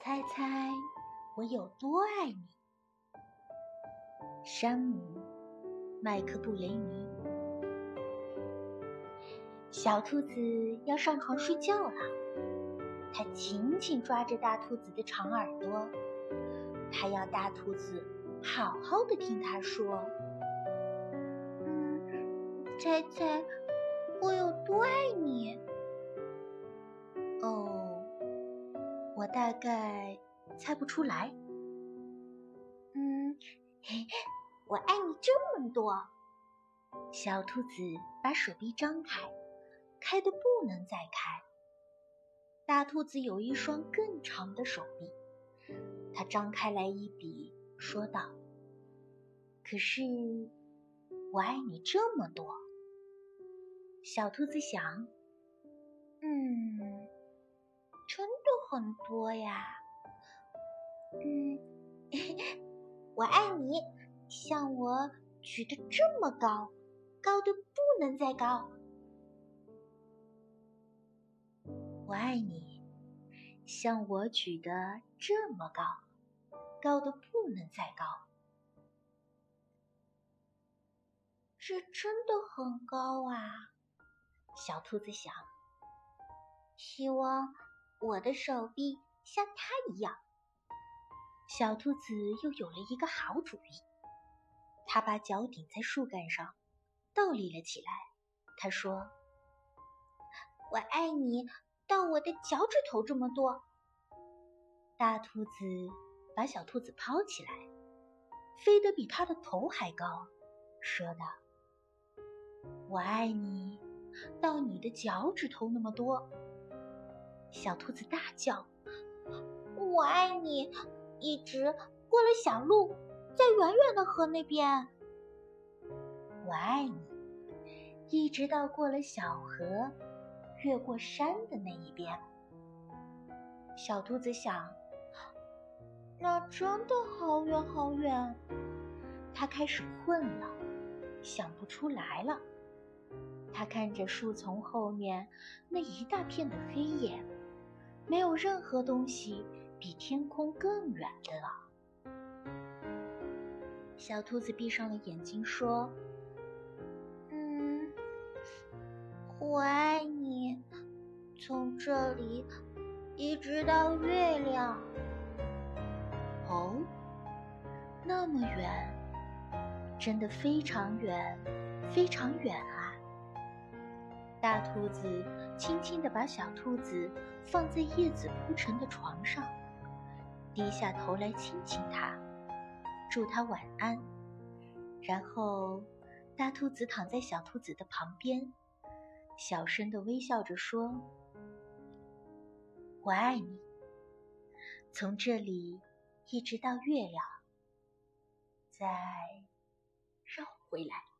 猜猜我有多爱你。山姆·麦克布雷尼。小兔子要上床睡觉了，它紧紧抓着大兔子的长耳朵，它要大兔子好好的听它说。猜猜我有多爱你？哦，我大概猜不出来。我爱你这么多。小兔子把手臂张开，开得不能再开。大兔子有一双更长的手臂，它张开来一比，说道：可是我爱你这么多。小兔子想，真的很多呀。我爱你，像我举得这么高，高得不能再高。我爱你，像我举得这么高，高得不能再高。这真的很高啊，小兔子想。希望我的手臂像它一样。小兔子又有了一个好主意，它把脚顶在树干上，倒立了起来。它说：我爱你到我的脚趾头这么多。大兔子把小兔子抛起来，飞得比它的头还高，说道：我爱你到你的脚趾头那么多。小兔子大叫：我爱你一直过了小路，在远远的河那边。我爱你一直到过了小河，越过山的那一边。小兔子想，那真的好远好远。它开始困了，想不出来了。它看着树丛后面那一大片的黑夜，没有任何东西比天空更远的了。小兔子闭上了眼睛说：我爱你，从这里一直到月亮。哦，那么远，真的非常远，非常远啊！大兔子轻轻地把小兔子放在叶子铺成的床上，低下头来亲亲它，祝它晚安。然后大兔子躺在小兔子的旁边，小声地微笑着说：我爱你，从这里一直到月亮，再绕回来。